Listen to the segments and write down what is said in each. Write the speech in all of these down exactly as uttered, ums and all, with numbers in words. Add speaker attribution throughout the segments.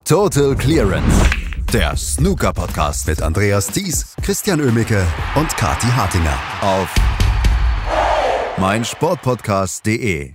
Speaker 1: Total Clearance, der Snooker-Podcast mit Andreas Thies, Christian Oemicke und Kathi Hartinger auf meinsportpodcast punkt de.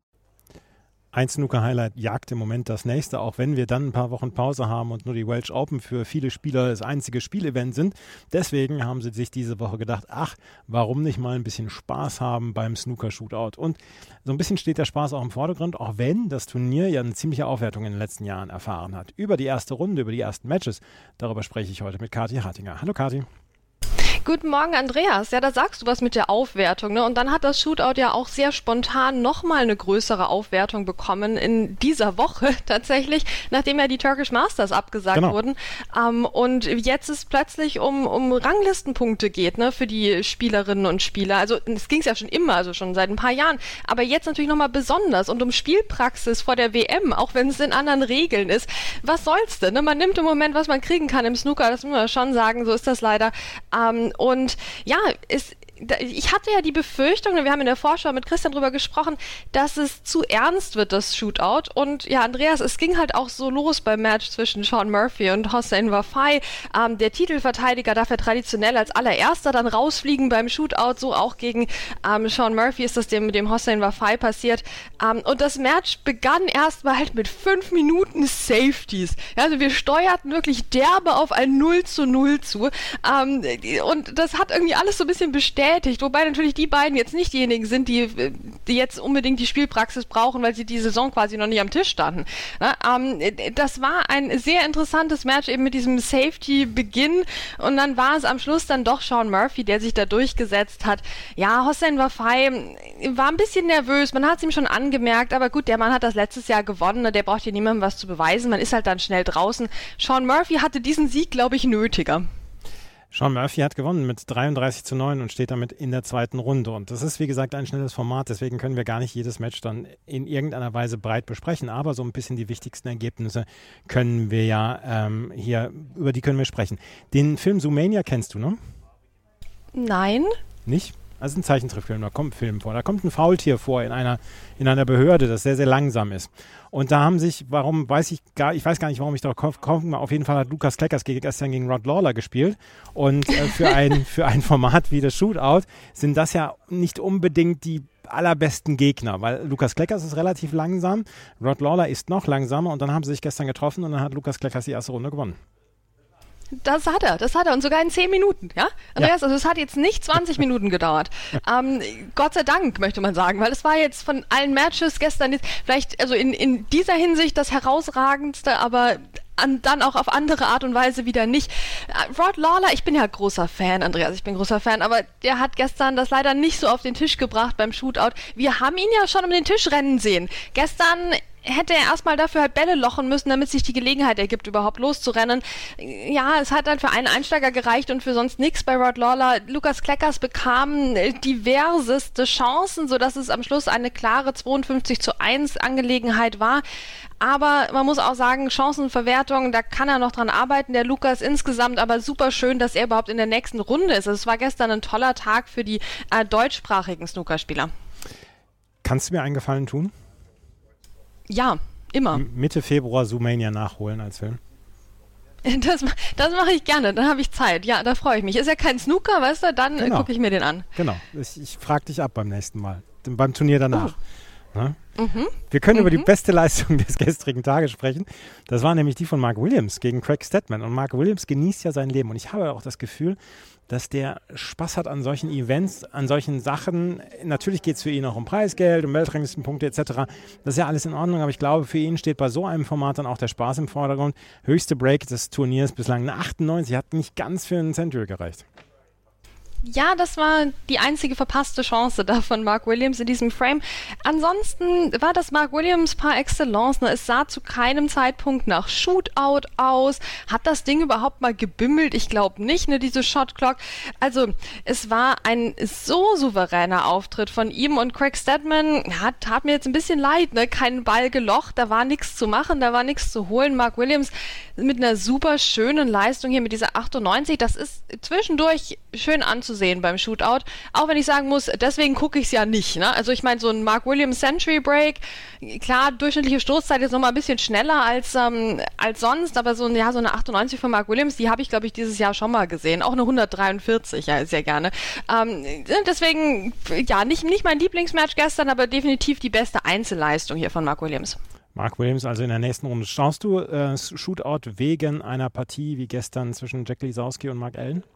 Speaker 2: Ein Snooker-Highlight jagt im Moment das nächste, auch wenn wir dann ein paar Wochen Pause haben und nur die Welsh Open für viele Spieler das einzige Spielevent sind. Deswegen haben sie sich diese Woche gedacht, ach, warum nicht mal ein bisschen Spaß haben beim Snooker-Shootout? Und so ein bisschen steht der Spaß auch im Vordergrund, auch wenn das Turnier ja eine ziemliche Aufwertung in den letzten Jahren erfahren hat. Über die erste Runde, über die ersten Matches, darüber spreche ich heute mit Kathi Hartinger. Hallo Kathi.
Speaker 3: Guten Morgen, Andreas. Ja, da sagst du was mit der Aufwertung, ne? Und dann hat das Shootout ja auch sehr spontan nochmal eine größere Aufwertung bekommen in dieser Woche tatsächlich, nachdem ja die Turkish Masters abgesagt
Speaker 2: genau.
Speaker 3: wurden. Ähm, und jetzt es plötzlich um, um Ranglistenpunkte geht, ne, für die Spielerinnen und Spieler. Also es ging es ja schon immer, also schon seit ein paar Jahren. Aber jetzt natürlich nochmal besonders und um Spielpraxis vor der W M, auch wenn es in anderen Regeln ist. Was soll's denn? Ne? Man nimmt im Moment, was man kriegen kann im Snooker, das muss man schon sagen, so ist das leider. Ähm, Und ja, es, ich hatte ja die Befürchtung, wir haben in der Vorschau mit Christian drüber gesprochen, dass es zu ernst wird, das Shootout. Und ja, Andreas, es ging halt auch so los beim Match zwischen Shaun Murphy und Hossein Vafaei. Ähm, der Titelverteidiger darf ja traditionell als allererster dann rausfliegen beim Shootout. So auch gegen ähm, Shaun Murphy ist das dem, mit dem Hossein Vafaei passiert. Ähm, und das Match begann erstmal halt mit fünf Minuten Safeties. Ja, also wir steuerten wirklich derbe auf ein null zu null zu. Ähm, und das hat irgendwie alles so ein bisschen bestätigt. Wobei natürlich die beiden jetzt nicht diejenigen sind, die, die jetzt unbedingt die Spielpraxis brauchen, weil sie die Saison quasi noch nicht am Tisch standen. Na, ähm, das war ein sehr interessantes Match eben mit diesem Safety-Beginn und dann war es am Schluss dann doch Shaun Murphy, der sich da durchgesetzt hat. Ja, Hossein Vafaei war ein bisschen nervös, man hat es ihm schon angemerkt, aber gut, der Mann hat das letztes Jahr gewonnen, der braucht hier niemandem was zu beweisen, man ist halt dann schnell draußen. Shaun Murphy hatte diesen Sieg, glaube ich, nötiger.
Speaker 2: Shaun Murphy hat gewonnen mit dreiunddreißig zu neun und steht damit in der zweiten Runde. Und das ist, wie gesagt, ein schnelles Format. Deswegen können wir gar nicht jedes Match dann in irgendeiner Weise breit besprechen. Aber so ein bisschen die wichtigsten Ergebnisse können wir ja ähm, hier, über die können wir sprechen. Den Film Zoomania kennst du, ne?
Speaker 3: Nein.
Speaker 2: Nicht? Also ein Zeichentrickfilm, da kommt ein Film vor. Da kommt ein Faultier vor in einer, in einer Behörde, das sehr, sehr langsam ist. Und da haben sich, warum weiß ich gar, ich weiß gar nicht, warum ich darauf komme, auf jeden Fall hat Lukas Kleckers gestern gegen Rod Lawler gespielt. Und äh, für, ein, für ein Format wie das Shootout sind das ja nicht unbedingt die allerbesten Gegner, weil Lukas Kleckers ist relativ langsam, Rod Lawler ist noch langsamer und dann haben sie sich gestern getroffen und dann hat Lukas Kleckers die erste Runde gewonnen.
Speaker 3: Das hat er, das hat er und sogar in zehn Minuten, ja? Andreas, ja. Also es hat jetzt nicht zwanzig Minuten gedauert. Ähm, Gott sei Dank, möchte man sagen, weil es war jetzt von allen Matches gestern jetzt vielleicht, also in, in dieser Hinsicht das herausragendste, aber an, dann auch auf andere Art und Weise wieder nicht. Rod Lawler, ich bin ja großer Fan, Andreas, ich bin großer Fan, aber der hat gestern das leider nicht so auf den Tisch gebracht beim Shootout. Wir haben ihn ja schon um den Tisch rennen sehen. Gestern hätte er erstmal dafür halt Bälle lochen müssen, damit sich die Gelegenheit ergibt, überhaupt loszurennen. Ja, es hat dann für einen Einsteiger gereicht und für sonst nichts bei Rod Lawler. Lukas Kleckers bekam diverseste Chancen, sodass es am Schluss eine klare zweiundfünfzig zu eins Angelegenheit war. Aber man muss auch sagen, Chancenverwertung, da kann er noch dran arbeiten, der Lukas insgesamt, aber super schön, dass er überhaupt in der nächsten Runde ist. Also es war gestern ein toller Tag für die äh, deutschsprachigen Snookerspieler.
Speaker 2: Kannst du mir einen Gefallen tun?
Speaker 3: Ja, immer.
Speaker 2: Mitte Februar Zoomania nachholen als Film.
Speaker 3: Das, das mache ich gerne, dann habe ich Zeit. Ja, da freue ich mich. Ist ja kein Snooker, weißt du, dann genau. gucke ich mir den an.
Speaker 2: Genau, ich, ich frage dich ab beim nächsten Mal, beim Turnier danach. Oh. Ne?
Speaker 3: Mhm.
Speaker 2: Wir können
Speaker 3: mhm.
Speaker 2: über die beste Leistung des gestrigen Tages sprechen. Das war nämlich die von Mark Williams gegen Craig Stedman. Und Mark Williams genießt ja sein Leben. Und ich habe auch das Gefühl, dass der Spaß hat an solchen Events, an solchen Sachen. Natürlich geht es für ihn auch um Preisgeld, um Weltranglistenpunkte et cetera. Das ist ja alles in Ordnung, aber ich glaube, für ihn steht bei so einem Format dann auch der Spaß im Vordergrund. Höchste Break des Turniers bislang eine achtundneunzig, hat nicht ganz für einen Century gereicht.
Speaker 3: Ja, das war die einzige verpasste Chance da von Mark Williams in diesem Frame. Ansonsten war das Mark Williams par excellence. Ne? Es sah zu keinem Zeitpunkt nach Shootout aus. Hat das Ding überhaupt mal gebimmelt? Ich glaube nicht, ne, diese Shotclock. Also, es war ein so souveräner Auftritt von ihm und Craig Stedman, ja, tat mir jetzt ein bisschen leid, ne? Kein Ball gelocht, da war nichts zu machen, da war nichts zu holen. Mark Williams mit einer super schönen Leistung hier mit dieser achtundneunzig, das ist zwischendurch schön anzusehen. sehen beim Shootout. Auch wenn ich sagen muss, deswegen gucke ich es ja nicht. Ne? Also ich meine, so ein Mark Williams Century Break, klar, durchschnittliche Stoßzeit ist nochmal ein bisschen schneller als, ähm, als sonst, aber so, ja, so eine achtundneunzig von Mark Williams, die habe ich, glaube ich, dieses Jahr schon mal gesehen. Auch eine hundertdreiundvierzig, ja, sehr gerne. Ähm, deswegen, ja, nicht, nicht mein Lieblingsmatch gestern, aber definitiv die beste Einzelleistung hier von Mark Williams.
Speaker 2: Mark Williams also in der nächsten Runde. Schaust du äh, Shootout wegen einer Partie wie gestern zwischen Jack Lisowski und Mark Allen?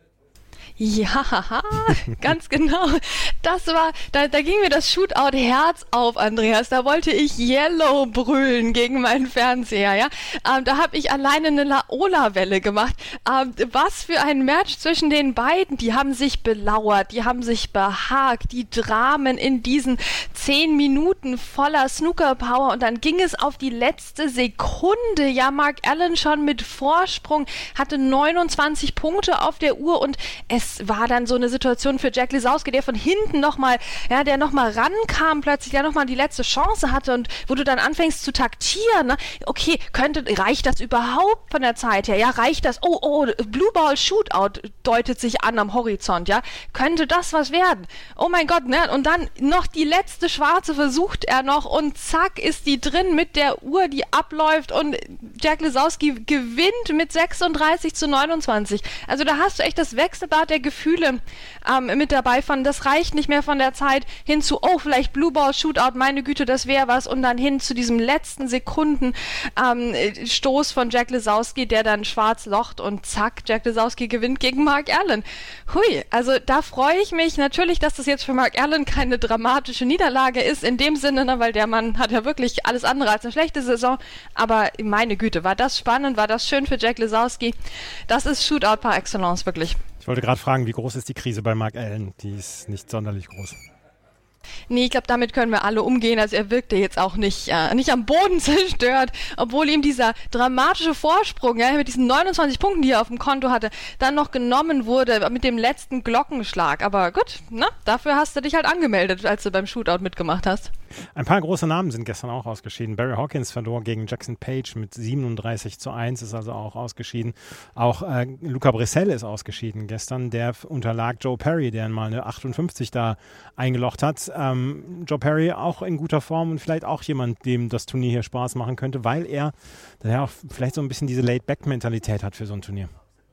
Speaker 3: Ja, ganz genau. Das war, da, da ging mir das Shootout Herz auf, Andreas. Da wollte ich Yellow brüllen gegen meinen Fernseher, ja. Ähm, da habe ich alleine eine Laola-Welle gemacht. Ähm, was für ein Match zwischen den beiden. Die haben sich belauert, die haben sich behagt, die Dramen in diesen zehn Minuten voller Snooker-Power und dann ging es auf die letzte Sekunde. Ja, Mark Allen schon mit Vorsprung, hatte neunundzwanzig Punkte auf der Uhr und es war dann so eine Situation für Jack Lisowski, der von hinten nochmal, ja, der nochmal rankam plötzlich, der nochmal die letzte Chance hatte und wo du dann anfängst zu taktieren, ne? Okay, könnte, reicht das überhaupt von der Zeit her? Ja, reicht das? Oh, oh, Blue Ball Shootout deutet sich an am Horizont, ja? Könnte das was werden? Oh mein Gott, ne? Und dann noch die letzte Schwarze versucht er noch und zack ist die drin mit der Uhr, die abläuft und Jack Lisowski gewinnt mit sechsunddreißig zu neunundzwanzig. Also da hast du echt das Wechselbad der Gefühle ähm, mit dabei von, das reicht nicht mehr von der Zeit hin zu, oh, vielleicht Blue Ball Shootout, meine Güte, das wäre was und dann hin zu diesem letzten Sekunden ähm, Stoß von Jack Lisowski, der dann schwarz locht und zack, Jack Lisowski gewinnt gegen Mark Allen. Hui, also da freue ich mich natürlich, dass das jetzt für Mark Allen keine dramatische Niederlage ist, in dem Sinne, ne, weil der Mann hat ja wirklich alles andere als eine schlechte Saison, aber meine Güte, war das spannend, war das schön für Jack Lisowski. Das ist Shootout par excellence, wirklich.
Speaker 2: Ich wollte gerade fragen, wie groß ist die Krise bei Mark Allen? Die ist nicht sonderlich groß.
Speaker 3: Nee, ich glaube, damit können wir alle umgehen. Also er wirkte jetzt auch nicht, äh, nicht am Boden zerstört, obwohl ihm dieser dramatische Vorsprung, ja, mit diesen neunundzwanzig Punkten, die er auf dem Konto hatte, dann noch genommen wurde mit dem letzten Glockenschlag. Aber gut, na, dafür hast du dich halt angemeldet, als du beim Shootout mitgemacht hast.
Speaker 2: Ein paar große Namen sind gestern auch ausgeschieden. Barry Hawkins verlor gegen Jackson Page mit siebenunddreißig zu eins, ist also auch ausgeschieden. Auch äh, Luca Brissell ist ausgeschieden gestern. Der unterlag Joe Perry, der mal eine achtundfünfzig da eingelocht hat. Ähm, Joe Perry auch in guter Form und vielleicht auch jemand, dem das Turnier hier Spaß machen könnte, weil er daher auch vielleicht so ein bisschen diese Laid-Back-Mentalität hat für so ein Turnier.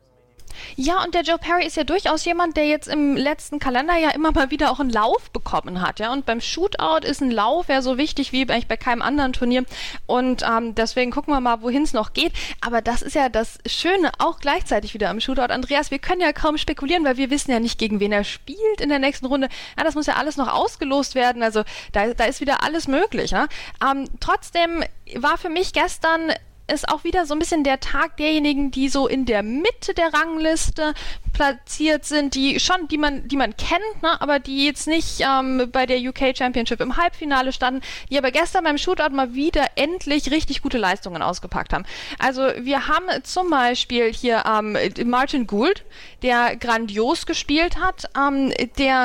Speaker 3: Ja, und der Joe Perry ist ja durchaus jemand, der jetzt im letzten Kalenderjahr immer mal wieder auch einen Lauf bekommen hat, ja, und beim Shootout ist ein Lauf ja so wichtig wie eigentlich bei keinem anderen Turnier und ähm, deswegen gucken wir mal, wohin es noch geht, aber das ist ja das Schöne auch gleichzeitig wieder am Shootout. Andreas, wir können ja kaum spekulieren, weil wir wissen ja nicht, gegen wen er spielt in der nächsten Runde, ja, das muss ja alles noch ausgelost werden, also da, da ist wieder alles möglich, ja? ähm, trotzdem war für mich gestern ist auch wieder so ein bisschen der Tag derjenigen, die so in der Mitte der Rangliste platziert sind, die schon, die man, die man kennt, ne, aber die jetzt nicht ähm, bei der U K Championship im Halbfinale standen, die aber gestern beim Shootout mal wieder endlich richtig gute Leistungen ausgepackt haben. Also wir haben zum Beispiel hier ähm, Martin Gould, der grandios gespielt hat, ähm, der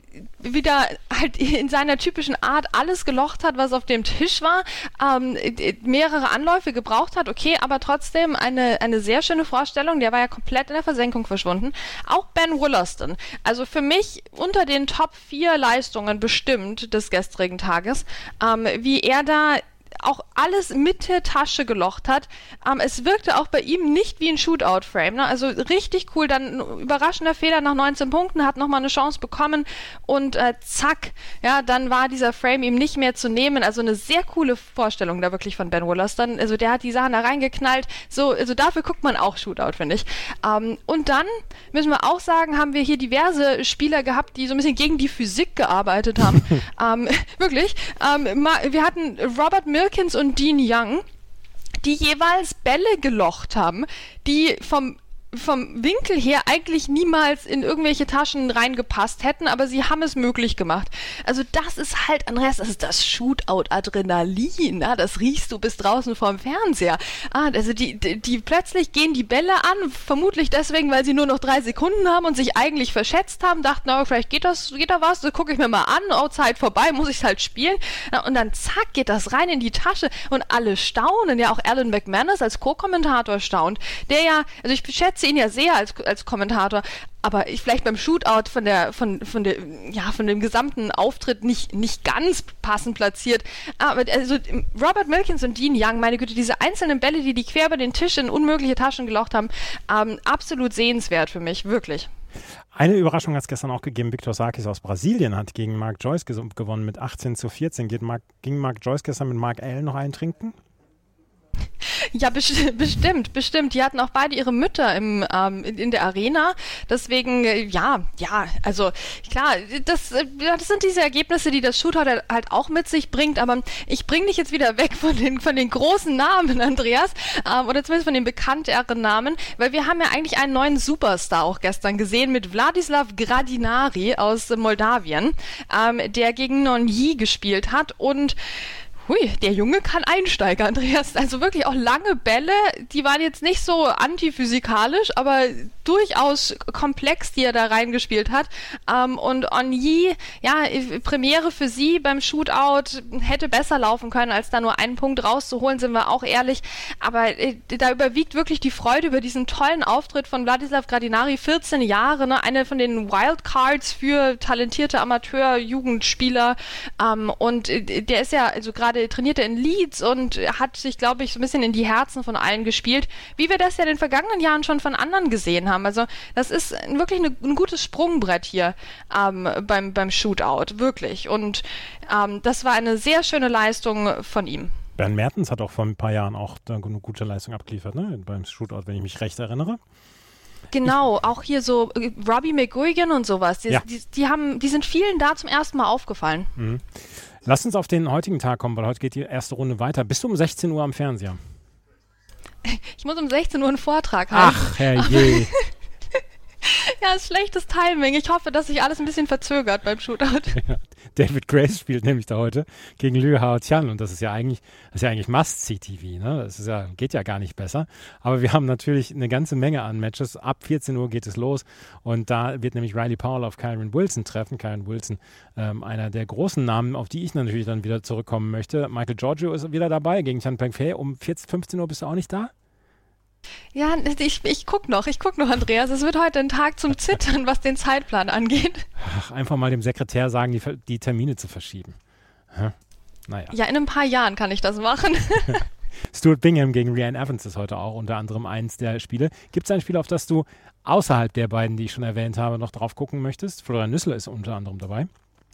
Speaker 3: wieder halt in seiner typischen Art alles gelocht hat, was auf dem Tisch war, ähm, mehrere Anläufe gebraucht hat, okay, aber trotzdem eine, eine sehr schöne Vorstellung, der war ja komplett in der Versenkung verschwunden. Auch Ben Wollaston, also für mich unter den Top vier Leistungen bestimmt des gestrigen Tages, ähm, wie er da auch alles mit der Tasche gelocht hat. Ähm, es wirkte auch bei ihm nicht wie ein Shootout-Frame. Ne? Also richtig cool, dann ein überraschender Fehler nach neunzehn Punkten, hat nochmal eine Chance bekommen und äh, zack, ja, dann war dieser Frame ihm nicht mehr zu nehmen. Also eine sehr coole Vorstellung da wirklich von Ben Wollaston. Also der hat die Sachen da reingeknallt. So, also dafür guckt man auch Shootout, finde ich. Ähm, und dann müssen wir auch sagen, haben wir hier diverse Spieler gehabt, die so ein bisschen gegen die Physik gearbeitet haben. ähm, wirklich. Ähm, ma, wir hatten Robert Milkins und Dean Young, die jeweils Bälle gelocht haben, die vom vom Winkel her eigentlich niemals in irgendwelche Taschen reingepasst hätten, aber sie haben es möglich gemacht. Also das ist halt, Andreas, das ist das Shootout-Adrenalin, ja? Das riechst du bis draußen vorm Fernseher. Ah, also die, die, die plötzlich gehen die Bälle an, vermutlich deswegen, weil sie nur noch drei Sekunden haben und sich eigentlich verschätzt haben, dachten, na, vielleicht geht das, geht da was, das gucke ich mir mal an, oh, Zeit vorbei, muss ich es halt spielen. Ja, und dann zack, geht das rein in die Tasche und alle staunen, ja, auch Alan McManus als Co-Kommentator staunt, der ja, also ich schätze ihn ja sehr als, als Kommentator, aber ich vielleicht beim Shootout von der, von, von der, ja, von dem gesamten Auftritt nicht, nicht ganz passend platziert. Aber also Robert Milkins und Dean Young, meine Güte, diese einzelnen Bälle, die die quer über den Tisch in unmögliche Taschen gelocht haben, ähm, absolut sehenswert für mich, wirklich.
Speaker 2: Eine Überraschung hat es gestern auch gegeben. Viktor Sarkis aus Brasilien hat gegen Mark Joyce ges- gewonnen mit achtzehn zu vierzehn. Geht Mark, ging Mark Joyce gestern mit Mark Allen noch eintrinken?
Speaker 3: Ja, best- bestimmt, bestimmt. Die hatten auch beide ihre Mütter im, ähm, in, in der Arena. Deswegen, äh, ja, ja, also klar, das, äh, das sind diese Ergebnisse, die das Shootout halt auch mit sich bringt. Aber ich bringe dich jetzt wieder weg von den, von den großen Namen, Andreas, ähm, oder zumindest von den bekannteren Namen, weil wir haben ja eigentlich einen neuen Superstar auch gestern gesehen mit Vladislav Gradinari aus Moldawien, ähm, der gegen Nonyi gespielt hat und hui, der Junge kann einsteigen, Andreas. Also wirklich auch lange Bälle, die waren jetzt nicht so antiphysikalisch, aber durchaus komplex, die er da reingespielt hat. Ähm, und Onyi, ja, Premiere für sie beim Shootout, hätte besser laufen können, als da nur einen Punkt rauszuholen, sind wir auch ehrlich. Aber äh, da überwiegt wirklich die Freude über diesen tollen Auftritt von Vladislav Gradinari, vierzehn Jahre, ne, eine von den Wildcards für talentierte Amateur-Jugendspieler. Ähm, und äh, der ist ja, also gerade trainiert er in Leeds und hat sich, glaube ich, so ein bisschen in die Herzen von allen gespielt, wie wir das ja in den vergangenen Jahren schon von anderen gesehen haben. Also das ist wirklich eine, ein gutes Sprungbrett hier ähm, beim, beim Shootout, wirklich. Und ähm, das war eine sehr schöne Leistung von ihm.
Speaker 2: Bernd Mertens hat auch vor ein paar Jahren auch eine gute Leistung abgeliefert, ne? Beim Shootout, wenn ich mich recht erinnere.
Speaker 3: Genau, auch hier so äh, Robbie McGuigan und sowas, die,
Speaker 2: Ja.
Speaker 3: die, die, haben, die sind vielen da zum ersten Mal aufgefallen.
Speaker 2: Mhm. Lass uns auf den heutigen Tag kommen, weil heute geht die erste Runde weiter. Bist du um sechzehn Uhr am Fernseher?
Speaker 3: Ich muss um sechzehn Uhr einen Vortrag halten.
Speaker 2: Ach, herrje.
Speaker 3: Ja, ist schlechtes Timing. Ich hoffe, dass sich alles ein bisschen verzögert beim Shootout.
Speaker 2: Ja, David Grace spielt nämlich da heute gegen Liu Haotian und das ist ja eigentlich, das ist ja eigentlich Must-See-T V, ne? Das ist ja, geht ja gar nicht besser. Aber wir haben natürlich eine ganze Menge an Matches. Ab vierzehn Uhr geht es los und da wird nämlich Riley Powell auf Kyron Wilson treffen. Kyron Wilson, ähm, einer der großen Namen, auf die ich natürlich dann wieder zurückkommen möchte. Michael Giorgio ist wieder dabei gegen Chan Pengfei. Um vierzehn, fünfzehn Uhr bist du auch nicht da?
Speaker 3: Ja, ich, ich guck noch, ich guck noch, Andreas. Es wird heute ein Tag zum Zittern, was den Zeitplan angeht.
Speaker 2: Ach, einfach mal dem Sekretär sagen, die, die Termine zu verschieben. Hm? Naja.
Speaker 3: Ja, in ein paar Jahren kann ich das machen.
Speaker 2: Stuart Bingham gegen Rhian Evans ist heute auch unter anderem eins der Spiele. Gibt es ein Spiel, auf das du außerhalb der beiden, die ich schon erwähnt habe, noch drauf gucken möchtest? Florian Nüssler ist unter anderem dabei.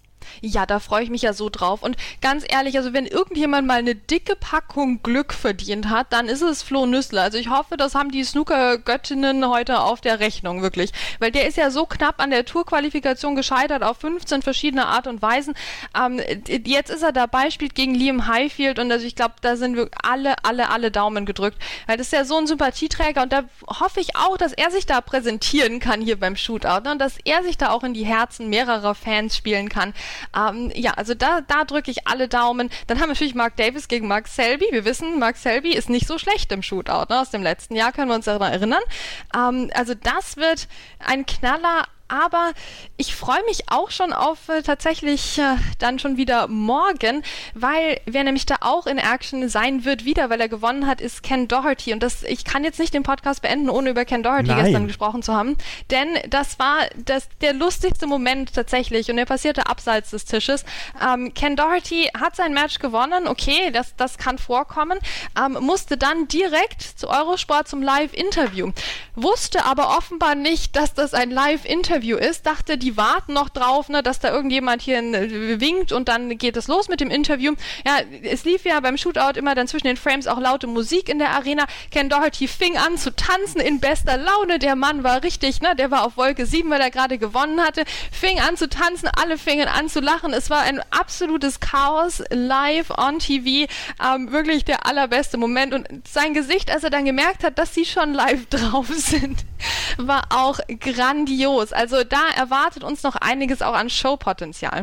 Speaker 3: Ja, da freue ich mich ja so drauf. Und ganz ehrlich, also wenn irgendjemand mal eine dicke Packung Glück verdient hat, dann ist es Flo Nüssler. Also ich hoffe, das haben die Snooker-Göttinnen heute auf der Rechnung, wirklich. Weil der ist ja so knapp an der Tourqualifikation gescheitert, auf fünfzehn verschiedene Art und Weisen. Ähm, jetzt ist er dabei, spielt gegen Liam Highfield und also ich glaube, da sind wir alle, alle, alle Daumen gedrückt. Weil das ist ja so ein Sympathieträger und da hoffe ich auch, dass er sich da präsentieren kann hier beim Shootout, ne? Und dass er sich da auch in die Herzen mehrerer Fans spielen kann. Ähm, ja, also da, da drücke ich alle Daumen. Dann haben wir natürlich Mark Davis gegen Mark Selby. Wir wissen, Mark Selby ist nicht so schlecht im Shootout, ne? Aus dem letzten Jahr können wir uns daran erinnern. Ähm, also das wird ein Knaller. Aber ich freue mich auch schon auf äh, tatsächlich äh, dann schon wieder morgen, weil wer nämlich da auch in Action sein wird wieder, weil er gewonnen hat, ist Ken Doherty. Und das, ich kann jetzt nicht den Podcast beenden, ohne über Ken Doherty
Speaker 2: Nein.
Speaker 3: gestern gesprochen zu haben. Denn das war das, der lustigste Moment tatsächlich und der passierte abseits des Tisches. Ähm, Ken Doherty hat sein Match gewonnen, okay, das, das kann vorkommen, ähm, musste dann direkt zu Eurosport zum Live-Interview. Wusste aber offenbar nicht, dass das ein Live-Interview ist, dachte, die warten noch drauf, ne, dass da irgendjemand hier äh, winkt und dann geht es los mit dem Interview. Ja, es lief ja beim Shootout immer dann zwischen den Frames auch laute Musik in der Arena. Ken Doherty fing an zu tanzen in bester Laune. Der Mann war richtig, ne, der war auf Wolke sieben, weil er gerade gewonnen hatte. Fing an zu tanzen, alle fingen an zu lachen. Es war ein absolutes Chaos live on T V. Ähm, wirklich der allerbeste Moment und sein Gesicht, als er dann gemerkt hat, dass sie schon live drauf sind, war auch grandios. Also da erwartet uns noch einiges auch an Showpotenzial.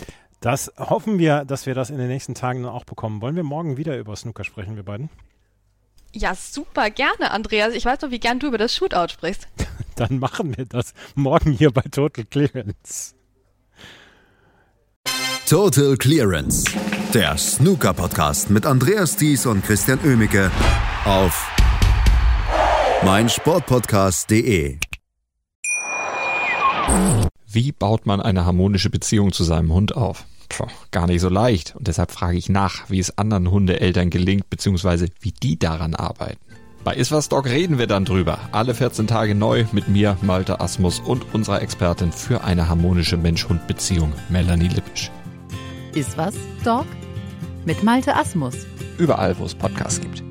Speaker 2: Das hoffen wir, dass wir das in den nächsten Tagen auch bekommen. Wollen wir morgen wieder über Snooker sprechen, wir beiden?
Speaker 3: Ja, super gerne, Andreas. Ich weiß doch, wie gern du über das Shootout sprichst.
Speaker 2: Dann machen wir das morgen hier bei Total Clearance.
Speaker 1: Total Clearance, der Snooker-Podcast mit Andreas Thies und Christian Oemicke auf meinsportpodcast punkt de.
Speaker 4: Wie baut man eine harmonische Beziehung zu seinem Hund auf? Puh, gar nicht so leicht. Und deshalb frage ich nach, wie es anderen Hundeeltern gelingt, beziehungsweise wie die daran arbeiten. Bei Iswas Dog reden wir dann drüber. Alle vierzehn Tage neu mit mir, Malte Asmus, und unserer Expertin für eine harmonische Mensch-Hund-Beziehung, Melanie Lippisch.
Speaker 5: Iswas Dog mit Malte Asmus.
Speaker 4: Überall, wo es Podcasts gibt.